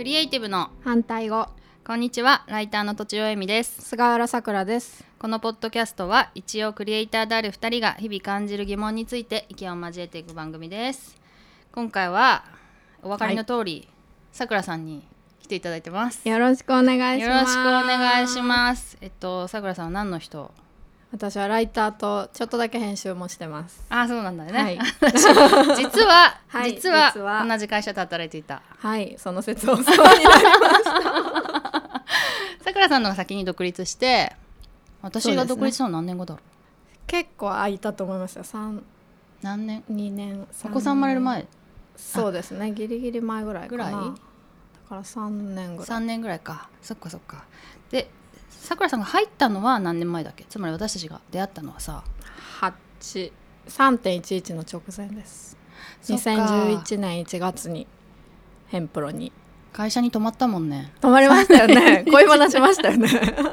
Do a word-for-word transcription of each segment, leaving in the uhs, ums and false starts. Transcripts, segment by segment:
クリエイティブの反対語。 こんにちは、ライターのとちおえみです。 菅原さくらです。 このポッドキャストは一応クリエイターであるふたりが日々感じる疑問について意見を交えていく番組です。今回はお分かりの通り、さくらさんに来ていただいてます。 よろしくお願いします。 よろしくお願いします。えっとさくらさんは何の人？ 私はライターとちょっとだけ編集もしてます。 あ、そうなんだよね、 はい、 実は、 はい、 実は実は同じ会社で働いていた。 はい、その説をお世話になりましたさくらさんのが先に独立して、私が独立したの何年後だろう。 結構空いたと思いますよ。 何年？ にねん。 お子さん生まれる前。 そうですね、ギリギリ前ぐらいかな。 ぐらいだからさんねんぐらい。 さんねんぐらいか。そっかそっか。でさくらさんが入ったのは何年前だっけ？つまり私たちが出会ったのはささんてんいちいち の直前です。にせんじゅういちねんいちがつにヘンプロに会社に泊まったもんね。 泊まりましたよね恋バナしましたよね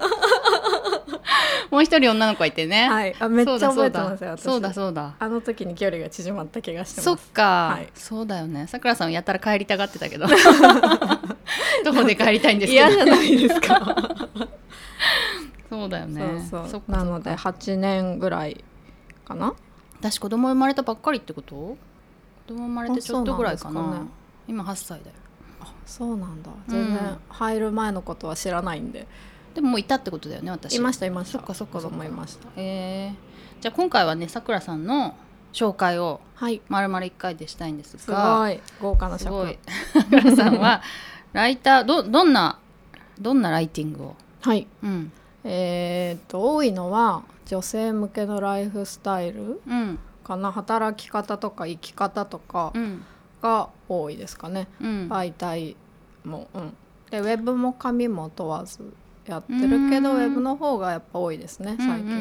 もう一人女の子いてね、 はい、あめっちゃ覚えてますよ。 そうだそうだ、 あの時に距離が縮まった気がしてます。 そっか、 はい、 そうだよね。さくらさんやったら帰りたがってたけどどこで帰りたいんですけど嫌じゃないですかそうだよね。 そうそう、 そっか。 なのではちねんぐらいかな。 私子供生まれたばっかりってこと？子供生まれてちょっとぐらいかな。 そうなんですかね。 今はっさいだよ。 あ、そうなんだ。全然入る前のことは知らないんで、 うん、でももういたってことだよね。私いましたいました。 そっかそっかそっか、 思いました。 えー、じゃあ今回はね、さくらさんの紹介を丸々いっかいでしたいんですが、 はい、すごい豪華な尺。 さくらさんはライター ど, どんなどんなライティングを？ はい、 うん、 えー、っと多いのは女性向けのライフスタイルかな、うん、働き方とか生き方とかが多いですかね、うん、媒体も、うん、でウェブも紙も問わずやってるけど、ウェブの方がやっぱ多いですね最近は、うんうんうん、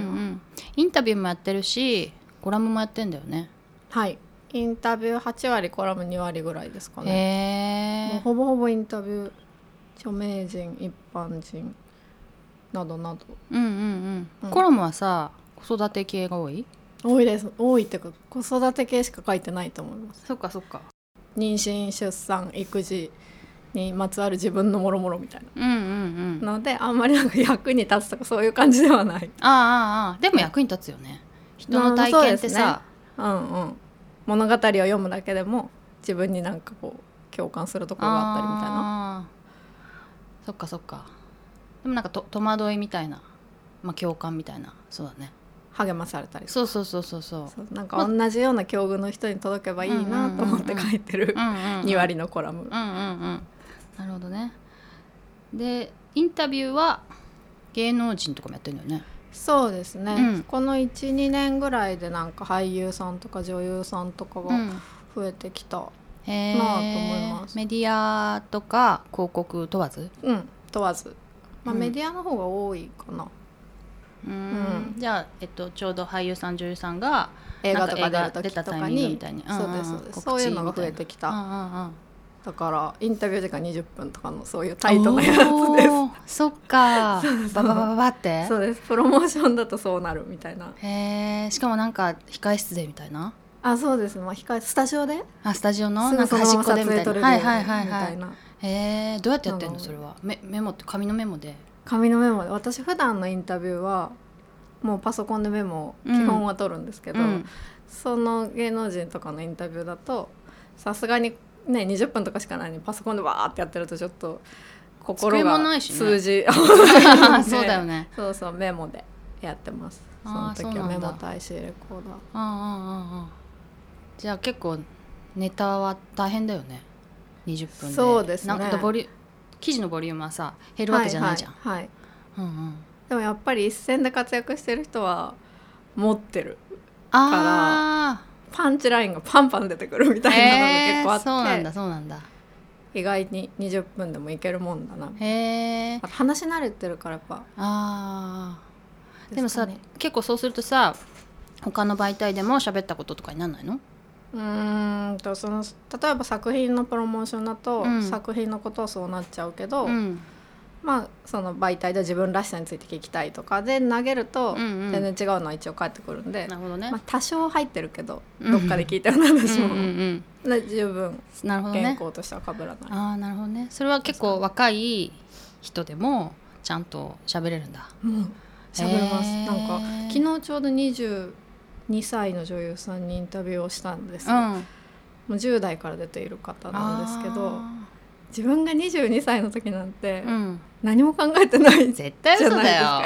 インタビューもやってるしコラムもやってんだよね。 はい、インタビューはちわりコラムにわりぐらいですかね。 へー、 もうほぼほぼインタビュー、著名人一般人などなど、 うんうんうんうん、コラムはさ子育て系が多い？ 多いです。多いっていうか子育て系しか書いてないと思います。 そっかそっか。 妊娠出産育児にまつわる自分のもろもろみたいな、 うんうんうん、 のであんまりなんか役に立つとかそういう感じではない。 ああああ、でも役に立つよね、人の体験ってさ、 まあね、うんうん、物語を読むだけでも自分になんかこう共感するところがあったりみたいな。 そっかそっか。でもなんかと戸惑いみたいな、まあ、共感みたいな、そうだね、 励まされたりとか、 そうそうそうそうそう、 そうなんか同じような境遇の人に届けばいいなと思って書いてるにわりのコラム。 うんうんうん、なるほどね。でインタビューは芸能人とかもやってるんだよね。 そうですね、うん、この いちにねんぐらいでなんか俳優さんとか女優さんとかが増えてきたなと思います、 うん、メディアとか広告問わず？うん問わず、まあ、メディアの方が多いかな、 うんうん、じゃあ、えっと、ちょうど俳優さん女優さんが映画とか出る時とかに、 みたいに、 そうですそうです、そういうのが増えてきた、うんうんうん、だからインタビュー時間にじゅっぷんとかのそういうタイトなやつです。 そっかバババババって。 そうです、プロモーションだとそうなるみたいな。 へー、しかもなんか控室でみたいな。 あ、そうです、まあ、控スタジオで、 あ、スタジオのなんか端っこでみたいな、はいはいはいはい、 みたいな。 へー、どうやってやってんのそれは？メ, メモって紙のメモで？ 紙のメモで。私普段のインタビューはもうパソコンでメモ基本は取るんですけど、うん、その芸能人とかのインタビューだとさすがにねにじゅっぷんとかしかないのにパソコンでバーってやってるとちょっと心が数字、ね、 そうだよね。 そうそう、メモでやってます。その時はメモ対 シー レコーダー。 ああああ、じゃあ結構ネタは大変だよね。にじゅっぷんで。 そうですね。 なんかボリュ記事のボリュームはさ減るわけじゃないじゃん。 はいはい、はい、うんうん、でもやっぱり一線で活躍してる人は持ってるからパンチラインがパンパン出てくるみたいなのが結構あって、えー、 そうなんだそうなんだ。 意外ににじゅっぷんでもいけるもんだな。 へー、 話し慣れてるからやっぱ。 あー、でもさ、結構そうするとさ他の媒体でも喋ったこととかにならないの？ うーんとその例えば作品のプロモーションだと、うん、作品のことはそうなっちゃうけど、うん、 まあその媒体で自分らしさについて聞きたいとかで投げると全然違うのは一応返ってくるんで、 なるほどね、 まあ、多少入ってるけどどっかで聞いたような話も、うんうんうん、十分原稿としては被らない。 ああなるほどね。それは結構若い人でもちゃんと喋れるんだ。 うん喋れます、えー、なんか昨日ちょうどにじゅうにさいの女優さんにインタビューをしたんですよ、うん、もうじゅう代から出ている方なんですけど、自分がにじゅうにさいの時なんて何も考えてないじゃないですか。 絶対嘘だよ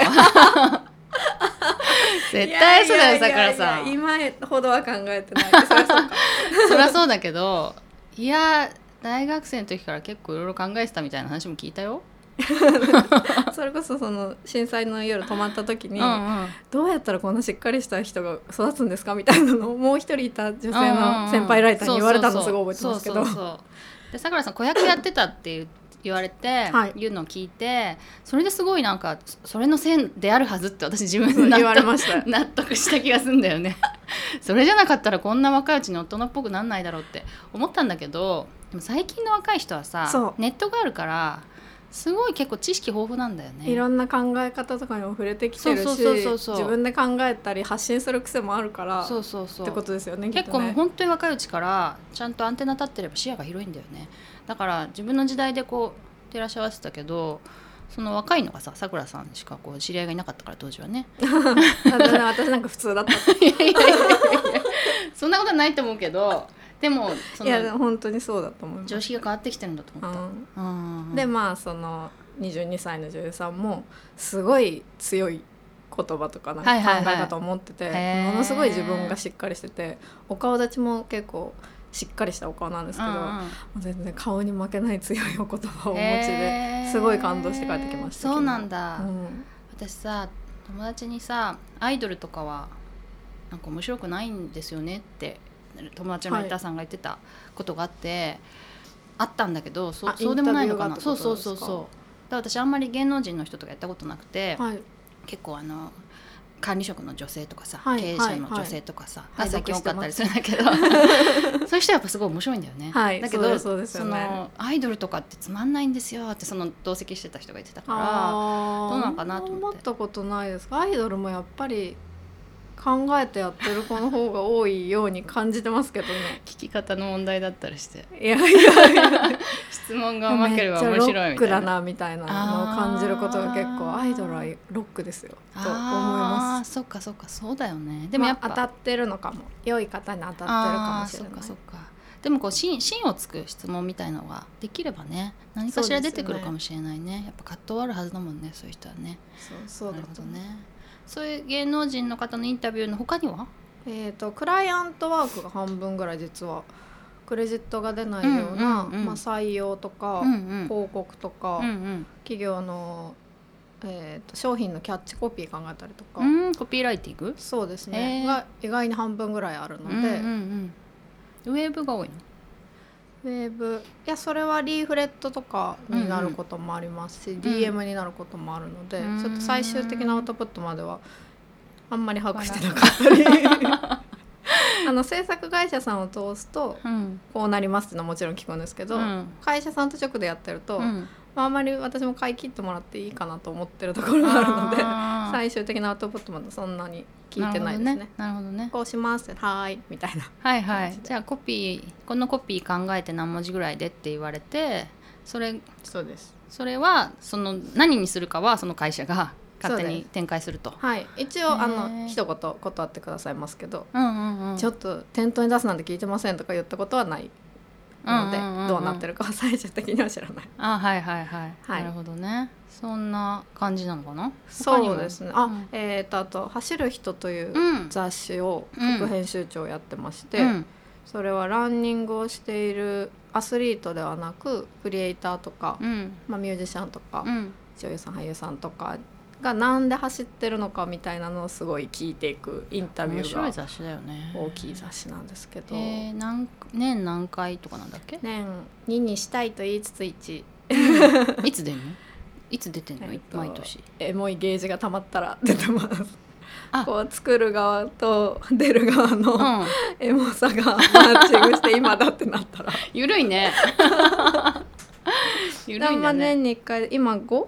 絶対嘘だよさくらさん。 今ほどは考えてないそりゃそうかそりゃそうだけど、いや大学生の時から結構いろいろ考えてたみたいな話も聞いたよそれこそその震災の夜泊まった時に、うんうん、どうやったらこんなしっかりした人が育つんですかみたいなのをもう一人いた女性の先輩ライターに言われたのすごい覚えてますけど、 でさくらさん子役やってたって言われて、はい、言うのを聞いて、それですごいなんかそれのせいであるはずって私自分で納得、言われました納得した気がするんだよねそれじゃなかったらこんな若いうちに大人っぽくなんないだろうって思ったんだけど、でも最近の若い人はさネットがあるからすごい結構知識豊富なんだよね。 いろんな考え方とかにも触れてきてるし、自分で考えたり発信する癖もあるからそうそうそうってことですよね。 結構もう本当に若いうちからちゃんとアンテナ立ってれば視野が広いんだよね。だから自分の時代でこう照らし合わせたけど、その若いのがささくらさんしかこう知り合いがいなかったから当時はね私なんか普通だったいやいやいやいやそんなことはないと思うけど、でもそのいや本当にそうだと思います。 常識が変わってきてるんだと思った、 うんうん、でまあそのにじゅうにさいの女優さんもすごい強い言葉とかなんか考え方を持ってて、はいはいはい、ものすごい自分がしっかりしてて、お顔立ちも結構しっかりしたお顔なんですけど、うんうん、もう全然顔に負けない強いお言葉をお持ちですごい感動して帰ってきました。 そうなんだ、 うん、 私さ友達にさアイドルとかはなんか面白くないんですよねって友達のライターさんが言ってたことがあって、はい、あったんだけど そ, そうでもないのかな。そうそうそうそう。だから私あんまり芸能人の人とかやったことなくて、はい、結構あの管理職の女性とかさ、はい、経営者の女性とかさ、はい、が最近多かったりするんだけど、はい、そういう人はやっぱすごい面白いんだよね、 はい、 だけどそうですよね、 そのアイドルとかってつまんないんですよってその同席してた人が言ってたから、どうなのかなと思って。 思ったことないですか。アイドルもやっぱり考えてやってる子の方が多いように感じてますけどね聞き方の問題だったりして、 いやいやいや質問が甘ければ面白いみたいな、めっちゃロックだなみたいなのを感じることが結構、アイドルはロックですよと思います。 あそっかそっかそうだよね。でもやっぱ、 まあ、当たってるのかも、良い方に当たってるかもしれない。 そっかそっか。でもこう芯をつく質問みたいなのができればね、何かしら出てくるかもしれない ね, ねやっぱ葛藤あるはずだもんね、そういう人はね。 そうそうだと。 なるほどね。そういう芸能人の方のインタビューの他には、 えーと、クライアントワークが半分ぐらい実はクレジットが出ないような、うんうんうんまあ、採用とか、うんうん、広告とか、うんうん、企業の、えーと、商品のキャッチコピー考えたりとか、 うん、コピーライティングそうですねが意外に半分ぐらいあるので、うんうんうん、ウェブが多いの？ ウェブいやそれはリーフレットとかになることもありますし、うんうん、ディーエム になることもあるので、うん、ちょっと最終的なアウトプットまではあんまり把握してなかったりあの制作会社さんを通すとこうなりますっていうのはもちろん聞くんですけど、うん、会社さんと直でやってると、うんまあ、あんまり私も買い切ってもらっていいかなと思ってるところがあるので最終的なアウトプットまでそんなに聞いてないですね。 なるほどね。 こうしますってはいみたいな。 はいはい。じゃあコピーこのコピー考えて何文字ぐらいでって言われて、それそうです。 それはその何にするかはその会社が勝手に展開すると。 はい。一応あの一言断ってくださいますけど、うんうんうん、ちょっと店頭に出すなんて聞いてませんとか言ったことはないので、うんうんうんうん、どうなってるかは最終的には知らない。 あはいはいはい。はい、なるほどね。そんな感じなのかな。 そうですね。あ、うん、えーとあと走る人という雑誌を副編集長をやってまして、うん、それはランニングをしているアスリートではなくクリエイターとか、うんまあ、ミュージシャンとか、うん、女優さん俳優さんとかがなんで走ってるのかみたいなのをすごい聞いていくインタビューが大きい雑誌なんですけど、 えー、何年何回とかなんだっけ。 年ににしたいと言いつついち、 うん、いつ出んのいつ出てんの、えっと、毎年エモいゲージがたまったら出てます。あこう作る側と出る側のエモさがマッチングして今だってなったらゆるいねゆるいんだね。 年にいっかい今 ご?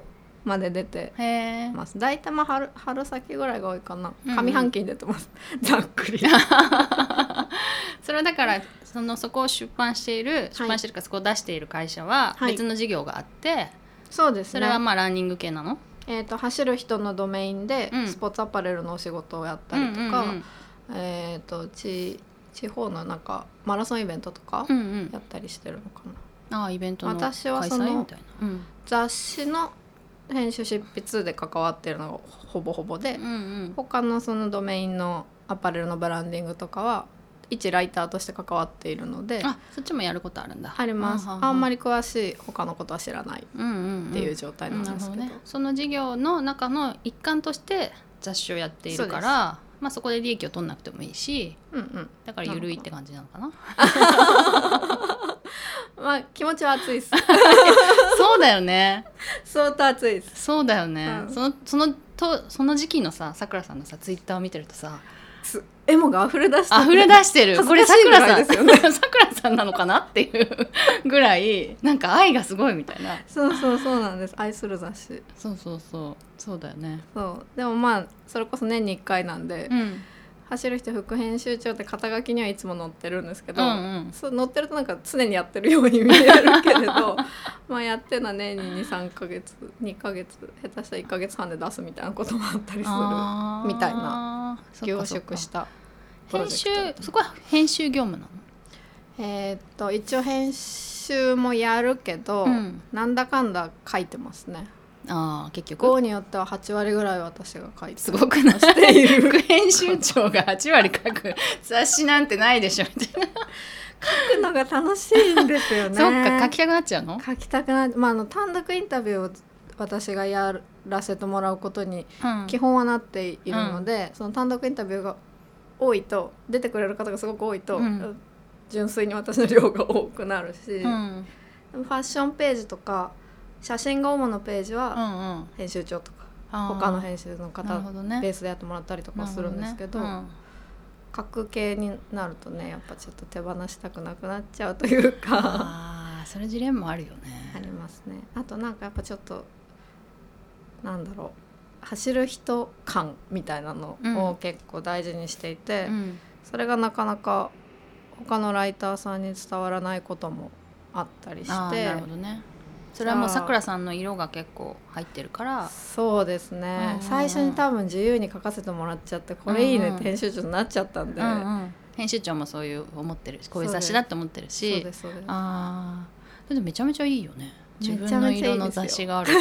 まで出てます。大体まあ 春, 春先ぐらいが多いかな。上半期に出てます、うんうん、ざっくりそれはだからそのそこを出版している出版してるかそこを出している会社は別の事業があって、はい、 そうですね。 それはまあランニング系なの？ えーと、走る人のドメインでスポーツアパレルのお仕事をやったりとか、うんうんうん、えーと、地, 地方のなんかマラソンイベントとかやったりしてるのかな、 うんうん、あイベントの開催私はそのみたいな、うん、 雑誌の編集執筆で関わってるのがほぼほぼで、うんうん、他のそのドメインのアパレルのブランディングとかは一ライターとして関わっているので。 あそっちもやることあるんだ。 あります。 あ, あんまり詳しい他のことは知らないっていう状態なんですけど、うんうんうん、なるほどね。 その事業の中の一環として雑誌をやっているから、まあ、そこで利益を取んなくてもいいし、うんうん、だから緩いって感じなのかな。 まあ気持ちは熱いっすそうだよね。 相当熱いっす。 そうだよね、うん、そのそのとその時期のささくらさんのさツイッターを見てるとさエモが溢れ出してる。 溢れ出してる。これさくらさんですよね。さくらさんなのかなっていうぐらいなんか愛がすごいみたいな。 そうそうそうなんです。愛する雑誌。 そうそうそうそうだよね。 そうでもまあそれこそ年にいっかいなんで、うん、走る人副編集長って肩書きにはいつも載ってるんですけど、うんうん、そう載ってるとなんか常にやってるように見えるけれどまあやってるのは年に に,さん ヶ月にかげつ下手したらいっかげつはんで出すみたいなこともあったりするみたいな凝縮したプロジェクト。 編集そこは編集業務なの？ えー、っと一応編集もやるけど、うん、なんだかんだ書いてますね。 あ結局号によってははちわりぐらい私が書いてすごくないしている副編集長がはちわり書く雑誌なんてないでしょみたいな。 書くのが楽しいんですよね。 そっか書きたくなっちゃうの？ 書きたくな、まあ、あの単独インタビューを私がやらせてもらうことに基本はなっているので、うん、その単独インタビューが多いと出てくれる方がすごく多いと、うん、純粋に私の量が多くなるし、うん、ファッションページとか写真が主のページは編集長とか、うんうん、他の編集の方、ね、ベースでやってもらったりとかするんですけど、ねうん、書く系になるとねやっぱちょっと手放したくなくなっちゃうというかあそれジレンマあるよね。 ありますね。あとなんかやっぱちょっとなんだろう走る人感みたいなのを結構大事にしていて、うん、それがなかなか他のライターさんに伝わらないこともあったりして。あなるほどね。それはもうさくらさんの色が結構入ってるから。 そうですね、うんうんうん、最初に多分自由に書かせてもらっちゃってこれいいねって編集長になっちゃったんで、うんうん、 編集長もそういう思ってるしこういう雑誌だって思ってるし。そうですそうです。あでもめちゃめちゃいいよね自分の色の雑誌がある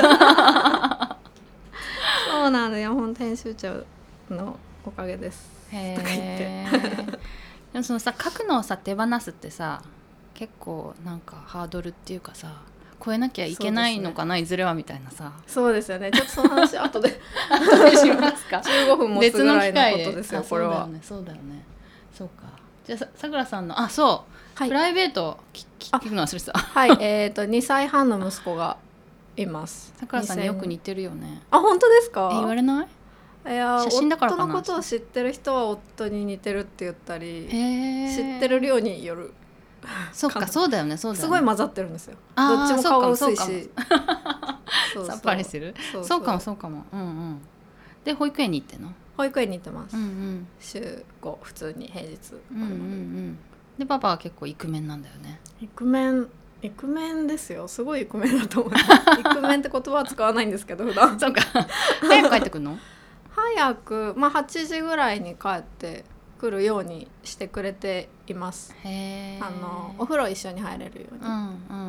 そうなんだよ本当編集長のおかげですへーでもそのさ書くのをさ手放すってさ結構なんかハードルっていうかさ超えなきゃいけないのかな、ね、いずれはみたいなさ。 そうですよね。ちょっとその話後で後でしますか。 じゅうごふんもつぐらいのことですよこれは。 そうだよねそうだよね。そうか。じゃあさくらさんのあそう、はい、プライベート聞くの忘れてた。 はいえーとにさいはんの息子がいます。 さくらさんによく似てるよね。 あ本当ですか。 え言われない？ いや写真だからかな。 夫のことを知ってる人は夫に似てるって言ったり知ってる量による。 そっかそうだよねそうだよね。 すごい混ざってるんですよ。どっちも顔が薄いしさっぱりする。そうそうそうかもそうかも。うんうん。で保育園に行ってんの？ 保育園に行ってます、うんうん、週ご普通に平日、うんうんうん、 でパパは結構イクメンなんだよね。 イクメンイクメンですよ。すごいイクメンだと思いますイクメンって言葉は使わないんですけど普段そうか早く帰ってくるの？ 早く、まあ、はちじぐらいに帰ってくるようにしてくれています。へあのお風呂一緒に入れるように、うんうん、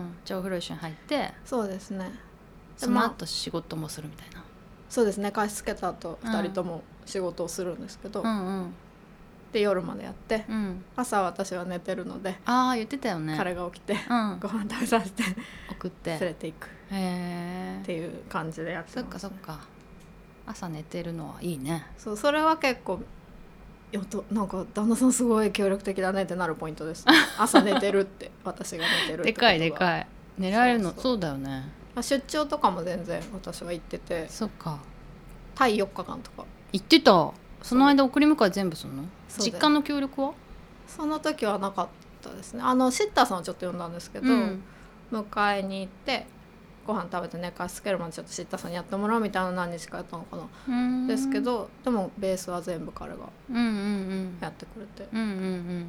じゃあお風呂一緒に入ってそうですねその後仕事もするみたいな。 そうですね加湿つけた後ふたりとも仕事をするんですけど、うんうん、で夜までやって、うん、朝私は寝てるのであ言ってたよね彼が起きて、うん、ご飯食べさせて送って連れていくへっていう感じでやってます、ね、 そっかそっか朝寝てるのはいいね。 そうそれは結構よとなんか旦那さんすごい協力的だねってなるポイントです朝寝てるって私が寝てるってことがでかいでかい寝られるの そう, そう, そうだよね。 出張とかも全然私は行っててそっかタイよっかかんとか行ってた。その間送り迎え全部するの？実家の協力は？ その時はなかったですね。あのシッターさんをちょっと呼んだんですけど、うん、迎えに行ってご飯食べて寝かしつけるまでちょっとシッターさんにやってもらうみたいな何日かやったのかなですけど、でもベースは全部彼がやってくれて、うんうんうん、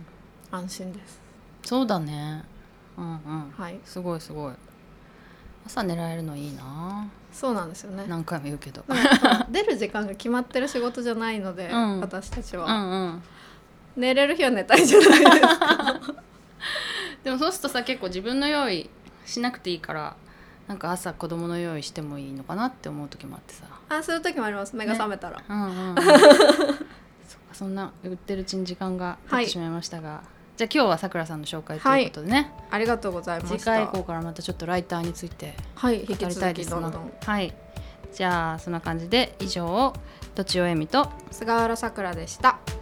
安心です。 そうだね、うんうん、 はい、 すごいすごい。朝寝られるのいいな。 そうなんですよね、 何回も言うけど出る時間が決まってる仕事じゃないので、うん、私たちは、うんうん、寝れる日は寝たいじゃないですかでもそうするとさ、結構自分の用意しなくていいから、なんか朝子供の用意してもいいのかなって思う時もあってさ。 あ、そういう時もあります。目が覚めたら、ね、うんうんうん、そっか、 そんな売ってるうちに時間が経ってしまいましたが、はい、じゃあ今日はさくらさんの紹介ということでね、はい、 ありがとうございました。 次回以降からまたちょっとライターについて語りたいですので、 はい、じゃあそんな感じで以上とちおえみと菅原さくらでした。